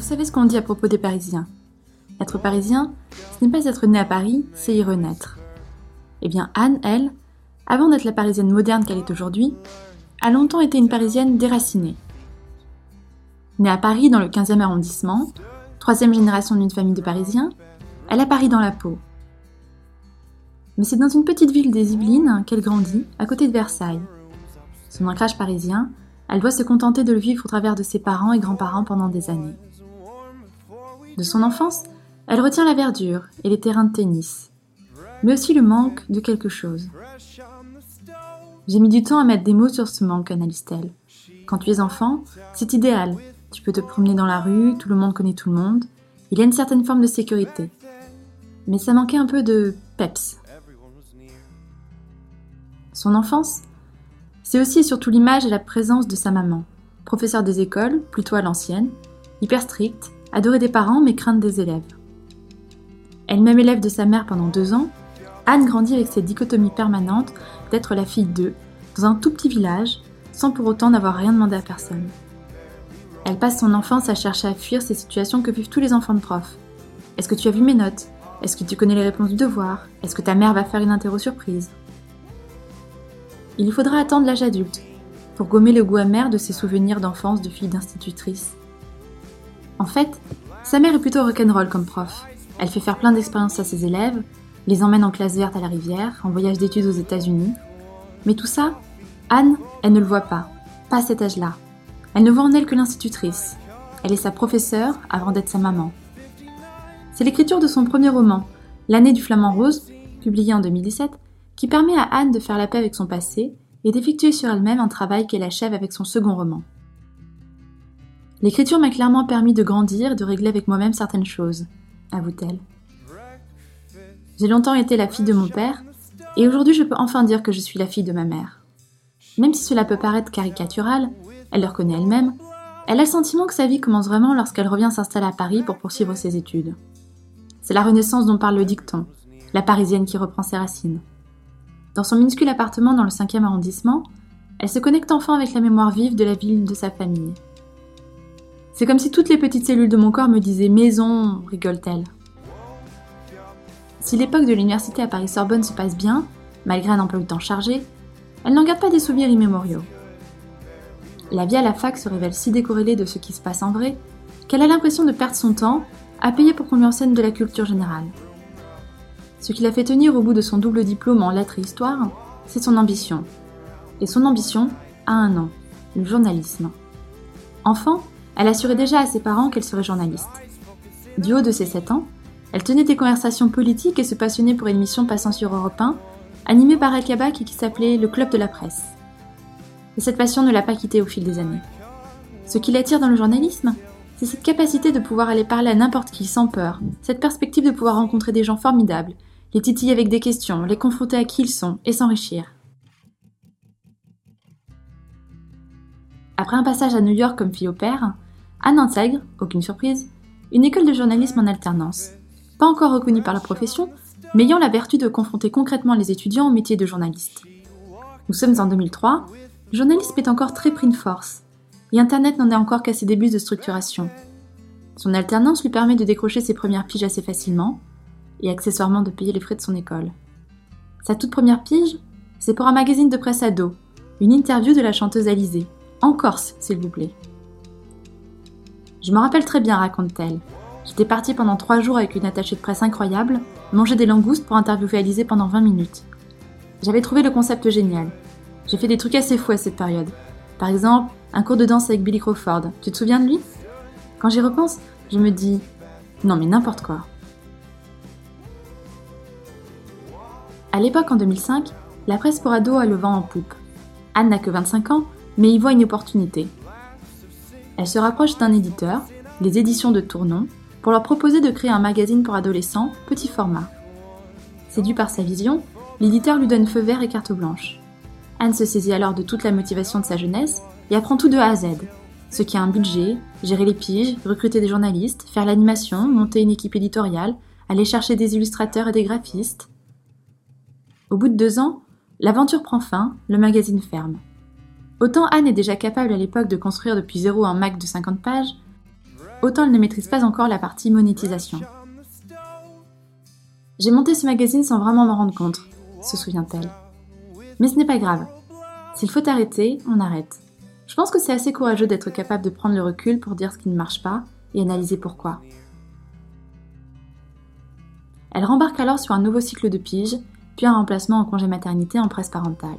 savez ce qu'on dit à propos des Parisiens? Être parisien, ce n'est pas être né à Paris, c'est y renaître. Eh bien Anne, elle, avant d'être la Parisienne moderne qu'elle est aujourd'hui, a longtemps été une Parisienne déracinée. Née à Paris dans le 15e arrondissement, troisième génération d'une famille de Parisiens, elle a Paris dans la peau. Mais c'est dans une petite ville des Yvelines qu'elle grandit, à côté de Versailles. Son ancrage parisien, elle doit se contenter de le vivre au travers de ses parents et grands-parents pendant des années. De son enfance, elle retient la verdure et les terrains de tennis, mais aussi le manque de quelque chose. J'ai mis du temps à mettre des mots sur ce manque, analyse-t-elle. Quand tu es enfant, c'est idéal. Tu peux te promener dans la rue, tout le monde connaît tout le monde. Il y a une certaine forme de sécurité. Mais ça manquait un peu de peps. Son enfance, c'est aussi et surtout l'image et la présence de sa maman, professeure des écoles, plutôt à l'ancienne, hyper stricte, adorée des parents mais crainte des élèves. Elle-même élève de sa mère pendant 2 ans, Anne grandit avec cette dichotomie permanente d'être la fille d'eux, dans un tout petit village, sans pour autant n'avoir rien demandé à personne. Elle passe son enfance à chercher à fuir ces situations que vivent tous les enfants de profs. Est-ce que tu as vu mes notes? Est-ce que tu connais les réponses du devoir? Est-ce que ta mère va faire une interro surprise? Il lui faudra attendre l'âge adulte pour gommer le goût amer de ses souvenirs d'enfance de fille d'institutrice. En fait, sa mère est plutôt rock'n'roll comme prof. Elle fait faire plein d'expériences à ses élèves, les emmène en classe verte à la rivière, en voyage d'études aux États-Unis. Mais tout ça, Anne, elle ne le voit pas à cet âge-là. Elle ne voit en elle que l'institutrice. Elle est sa professeure avant d'être sa maman. C'est l'écriture de son premier roman, L'année du flamant rose, publié en 2017, qui permet à Anne de faire la paix avec son passé et d'effectuer sur elle-même un travail qu'elle achève avec son second roman. L'écriture m'a clairement permis de grandir et de régler avec moi-même certaines choses, avoue-t-elle. J'ai longtemps été la fille de mon père, et aujourd'hui je peux enfin dire que je suis la fille de ma mère. Même si cela peut paraître caricatural, elle le reconnaît elle-même, elle a le sentiment que sa vie commence vraiment lorsqu'elle revient s'installer à Paris pour poursuivre ses études. C'est la renaissance dont parle le dicton, la Parisienne qui reprend ses racines. Dans son minuscule appartement dans le 5e arrondissement, elle se connecte enfin avec la mémoire vive de la ville de sa famille. C'est comme si toutes les petites cellules de mon corps me disaient « maison », rigole-t-elle. Si l'époque de l'université à Paris-Sorbonne se passe bien, malgré un emploi du temps chargé, elle n'en garde pas des souvenirs immémoriaux. La vie à la fac se révèle si décorrélée de ce qui se passe en vrai, qu'elle a l'impression de perdre son temps à payer pour qu'on lui enseigne de la culture générale. Ce qui l'a fait tenir au bout de son double diplôme en lettres et histoire, c'est son ambition. Et son ambition a un nom, le journalisme. Enfant, elle assurait déjà à ses parents qu'elle serait journaliste. Du haut de ses 7 ans, elle tenait des conversations politiques et se passionnait pour une émission passant sur Europe 1, animée par Al Kabak et qui s'appelait Le Club de la Presse. Et cette passion ne l'a pas quittée au fil des années. Ce qui l'attire dans le journalisme, c'est cette capacité de pouvoir aller parler à n'importe qui sans peur, cette perspective de pouvoir rencontrer des gens formidables, les titiller avec des questions, les confronter à qui ils sont et s'enrichir. Après un passage à New York comme fille au pair, Anne intègre, aucune surprise, une école de journalisme en alternance, pas encore reconnue par la profession, mais ayant la vertu de confronter concrètement les étudiants au métier de journaliste. Nous sommes en 2003, le journalisme est encore très pris de force, et Internet n'en est encore qu'à ses débuts de structuration. Son alternance lui permet de décrocher ses premières piges assez facilement, et accessoirement de payer les frais de son école. Sa toute première pige, c'est pour un magazine de presse ado, une interview de la chanteuse Alizée, en Corse, s'il vous plaît. Je me rappelle très bien, raconte-t-elle. J'étais partie pendant 3 jours avec une attachée de presse incroyable, manger des langoustes pour interviewer Alizée pendant 20 minutes. J'avais trouvé le concept génial. J'ai fait des trucs assez fous à cette période. Par exemple, un cours de danse avec Billy Crawford. Tu te souviens de lui? Quand j'y repense, je me dis « Non mais n'importe quoi ». À l'époque, en 2005, la presse pour ados a le vent en poupe. Anne n'a que 25 ans, mais y voit une opportunité. Elle se rapproche d'un éditeur, les éditions de Tournon, pour leur proposer de créer un magazine pour adolescents, petit format. Séduit par sa vision, l'éditeur lui donne feu vert et carte blanche. Anne se saisit alors de toute la motivation de sa jeunesse et apprend tout de A à Z. Ce qui a un budget, gérer les piges, recruter des journalistes, faire l'animation, monter une équipe éditoriale, aller chercher des illustrateurs et des graphistes. Au bout de 2 ans, l'aventure prend fin, le magazine ferme. Autant Anne est déjà capable à l'époque de construire depuis zéro un Mac de 50 pages, autant elle ne maîtrise pas encore la partie monétisation. J'ai monté ce magazine sans vraiment m'en rendre compte, se souvient-elle. Mais ce n'est pas grave. S'il faut arrêter, on arrête. Je pense que c'est assez courageux d'être capable de prendre le recul pour dire ce qui ne marche pas et analyser pourquoi. Elle rembarque alors sur un nouveau cycle de pige, puis un remplacement en congé maternité en presse parentale.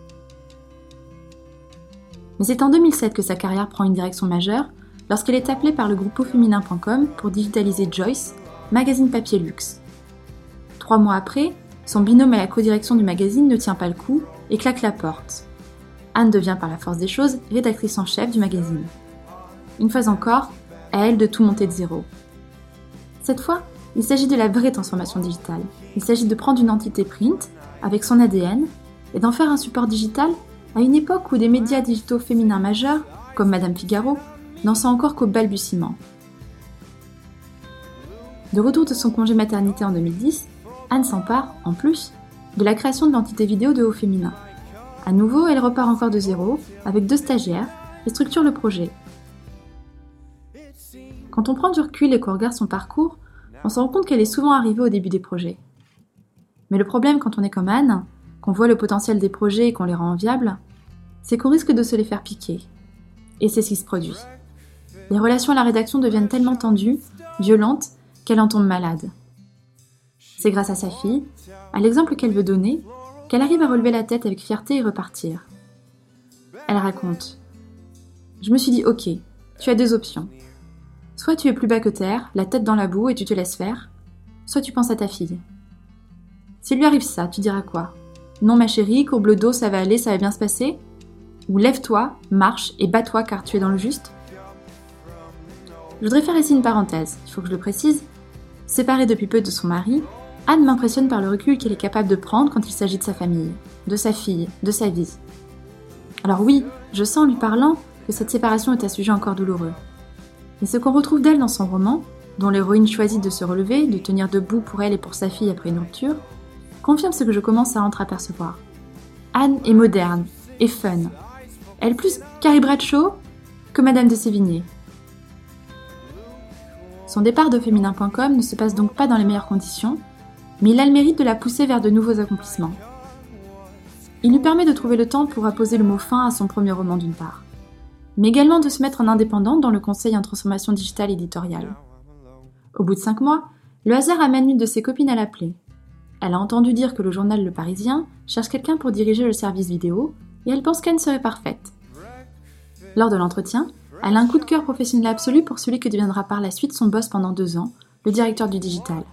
Mais c'est en 2007 que sa carrière prend une direction majeure, lorsqu'elle est appelée par le groupe auféminin.com pour digitaliser Joyce, magazine papier luxe. 3 mois après, son binôme à la codirection du magazine ne tient pas le coup et claque la porte. Anne devient par la force des choses rédactrice en chef du magazine. Une fois encore, à elle de tout monter de zéro. Cette fois, il s'agit de la vraie transformation digitale. Il s'agit de prendre une entité print, avec son ADN, et d'en faire un support digital à une époque où des médias digitaux féminins majeurs, comme Madame Figaro, n'en sont encore qu'au balbutiement. De retour de son congé maternité en 2010, Anne s'empare, en plus, de la création de l'entité vidéo de Au Féminin. À nouveau, elle repart encore de zéro, avec 2 stagiaires, et structure le projet. Quand on prend du recul et qu'on regarde son parcours, on se rend compte qu'elle est souvent arrivée au début des projets. Mais le problème quand on est comme Anne, qu'on voit le potentiel des projets et qu'on les rend enviables, c'est qu'on risque de se les faire piquer. Et c'est ce qui se produit. Les relations à la rédaction deviennent tellement tendues, violentes, qu'elle en tombe malade. C'est grâce à sa fille, à l'exemple qu'elle veut donner, qu'elle arrive à relever la tête avec fierté et repartir. Elle raconte « Je me suis dit, ok, tu as 2 options. Soit tu es plus bas que terre, la tête dans la boue et tu te laisses faire, soit tu penses à ta fille. S'il lui arrive ça, tu diras quoi? Non ma chérie, courbe le dos, ça va aller, ça va bien se passer? Ou lève-toi, marche et bats-toi car tu es dans le juste? » Je voudrais faire ici une parenthèse, il faut que je le précise. Séparée depuis peu de son mari, Anne m'impressionne par le recul qu'elle est capable de prendre quand il s'agit de sa famille, de sa fille, de sa vie. Alors oui, je sens en lui parlant que cette séparation est un sujet encore douloureux. Mais ce qu'on retrouve d'elle dans son roman, dont l'héroïne choisit de se relever, de tenir debout pour elle et pour sa fille après une rupture, confirme ce que je commence à entreapercevoir. Anne est moderne et fun. Elle est plus Carrie Bradshaw que Madame de Sévigné. Son départ de Féminin.com ne se passe donc pas dans les meilleures conditions, mais il a le mérite de la pousser vers de nouveaux accomplissements. Il lui permet de trouver le temps pour apposer le mot fin à son premier roman d'une part, mais également de se mettre en indépendante dans le conseil en transformation digitale éditoriale. Au bout de 5 mois, le hasard amène une de ses copines à l'appeler. Elle a entendu dire que le journal Le Parisien cherche quelqu'un pour diriger le service vidéo et elle pense qu'Anne serait parfaite. Lors de l'entretien, elle a un coup de cœur professionnel absolu pour celui que deviendra par la suite son boss pendant 2 ans, le directeur du digital.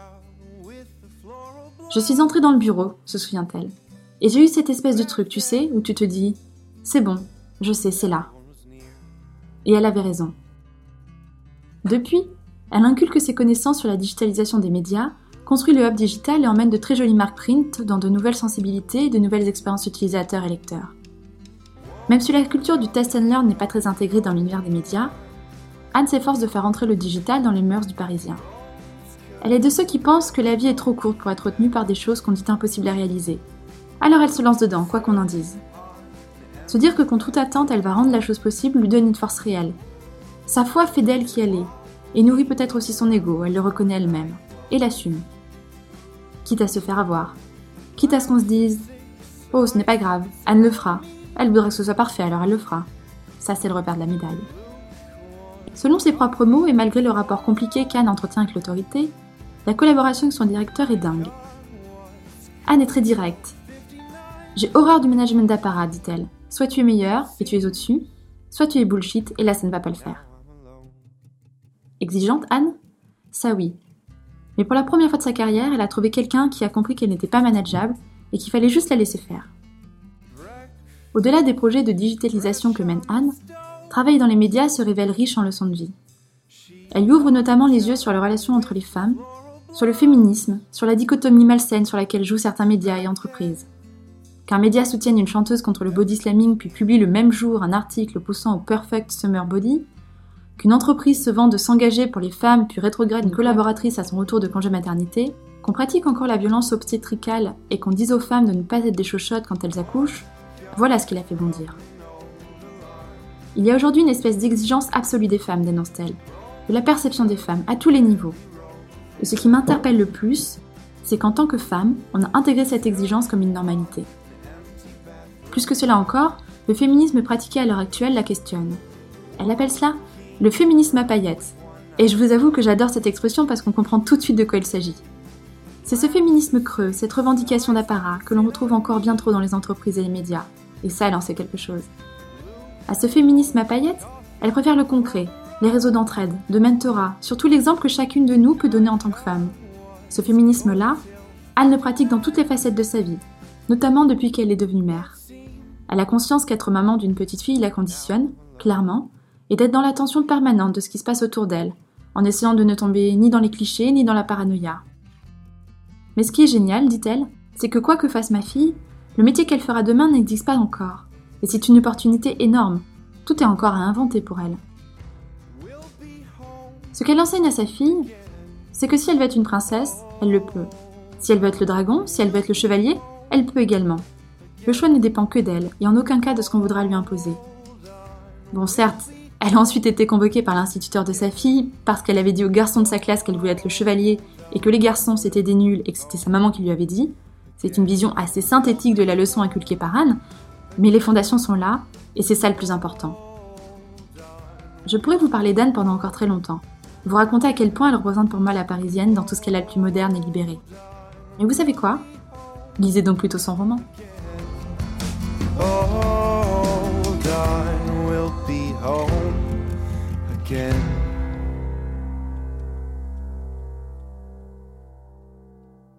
Je suis entrée dans le bureau, se souvient-elle, et j'ai eu cette espèce de truc, tu sais, où tu te dis « c'est bon, je sais, c'est là ». Et elle avait raison. Depuis, elle inculque ses connaissances sur la digitalisation des médias, construit le hub digital et emmène de très jolies marques print dans de nouvelles sensibilités et de nouvelles expériences utilisateurs et lecteurs. Même si la culture du test and learn n'est pas très intégrée dans l'univers des médias, Anne s'efforce de faire entrer le digital dans les mœurs du Parisien. Elle est de ceux qui pensent que la vie est trop courte pour être retenue par des choses qu'on dit impossibles à réaliser. Alors elle se lance dedans, quoi qu'on en dise. Se dire que contre toute attente elle va rendre la chose possible lui donne une force réelle. Sa foi fait d'elle qui elle est, et nourrit peut-être aussi son ego, elle le reconnaît elle-même, et l'assume. Quitte à se faire avoir, quitte à ce qu'on se dise « Oh, ce n'est pas grave, Anne le fera, elle voudrait que ce soit parfait, alors elle le fera. » Ça c'est le repère de la médaille. Selon ses propres mots, et malgré le rapport compliqué qu'Anne entretient avec l'autorité, la collaboration avec son directeur est dingue. Anne est très directe. « J'ai horreur du management d'apparat, dit-elle. Soit tu es meilleur et tu es au-dessus, soit tu es bullshit et là ça ne va pas le faire. » Exigeante, Anne ? Ça oui. Mais pour la première fois de sa carrière, elle a trouvé quelqu'un qui a compris qu'elle n'était pas manageable et qu'il fallait juste la laisser faire. Au-delà des projets de digitalisation que mène Anne, travailler dans les médias se révèle riche en leçons de vie. Elle lui ouvre notamment les yeux sur les relations entre les femmes, sur le féminisme, sur la dichotomie malsaine sur laquelle jouent certains médias et entreprises. Qu'un média soutienne une chanteuse contre le body slamming puis publie le même jour un article poussant au perfect summer body, qu'une entreprise se vante de s'engager pour les femmes puis rétrograde une collaboratrice à son retour de congé maternité, qu'on pratique encore la violence obstétricale et qu'on dise aux femmes de ne pas être des chochottes quand elles accouchent, voilà ce qui l'a fait bondir. Il y a aujourd'hui une espèce d'exigence absolue des femmes, dénonce-t-elle. de la perception des femmes à tous les niveaux. Et ce qui m'interpelle le plus, c'est qu'en tant que femme, on a intégré cette exigence comme une normalité. Plus que cela encore, le féminisme pratiqué à l'heure actuelle la questionne. Elle appelle cela le féminisme à paillettes. Et je vous avoue que j'adore cette expression parce qu'on comprend tout de suite de quoi il s'agit. C'est ce féminisme creux, cette revendication d'apparat que l'on retrouve encore bien trop dans les entreprises et les médias. Et ça, elle en sait quelque chose. À ce féminisme à paillettes, elle préfère le concret, les réseaux d'entraide, de mentorat, surtout l'exemple que chacune de nous peut donner en tant que femme. Ce féminisme-là, Anne le pratique dans toutes les facettes de sa vie, notamment depuis qu'elle est devenue mère. Elle a conscience qu'être maman d'une petite fille la conditionne, clairement, et d'être dans l'attention permanente de ce qui se passe autour d'elle, en essayant de ne tomber ni dans les clichés ni dans la paranoïa. Mais ce qui est génial, dit-elle, c'est que quoi que fasse ma fille, le métier qu'elle fera demain n'existe pas encore. Et c'est une opportunité énorme. Tout est encore à inventer pour elle. Ce qu'elle enseigne à sa fille, c'est que si elle veut être une princesse, elle le peut. Si elle veut être le dragon, si elle veut être le chevalier, elle peut également. Le choix ne dépend que d'elle, et en aucun cas de ce qu'on voudra lui imposer. Bon, certes, elle a ensuite été convoquée par l'instituteur de sa fille, parce qu'elle avait dit aux garçons de sa classe qu'elle voulait être le chevalier, et que les garçons c'était des nuls, et que c'était sa maman qui lui avait dit. C'est une vision assez synthétique de la leçon inculquée par Anne, mais les fondations sont là, et c'est ça le plus important. Je pourrais vous parler d'Anne pendant encore très longtemps, vous raconter à quel point elle représente pour moi la Parisienne dans tout ce qu'elle a de plus moderne et libéré. Mais vous savez quoi ? Lisez donc plutôt son roman. Oh, darling, we'll be home again.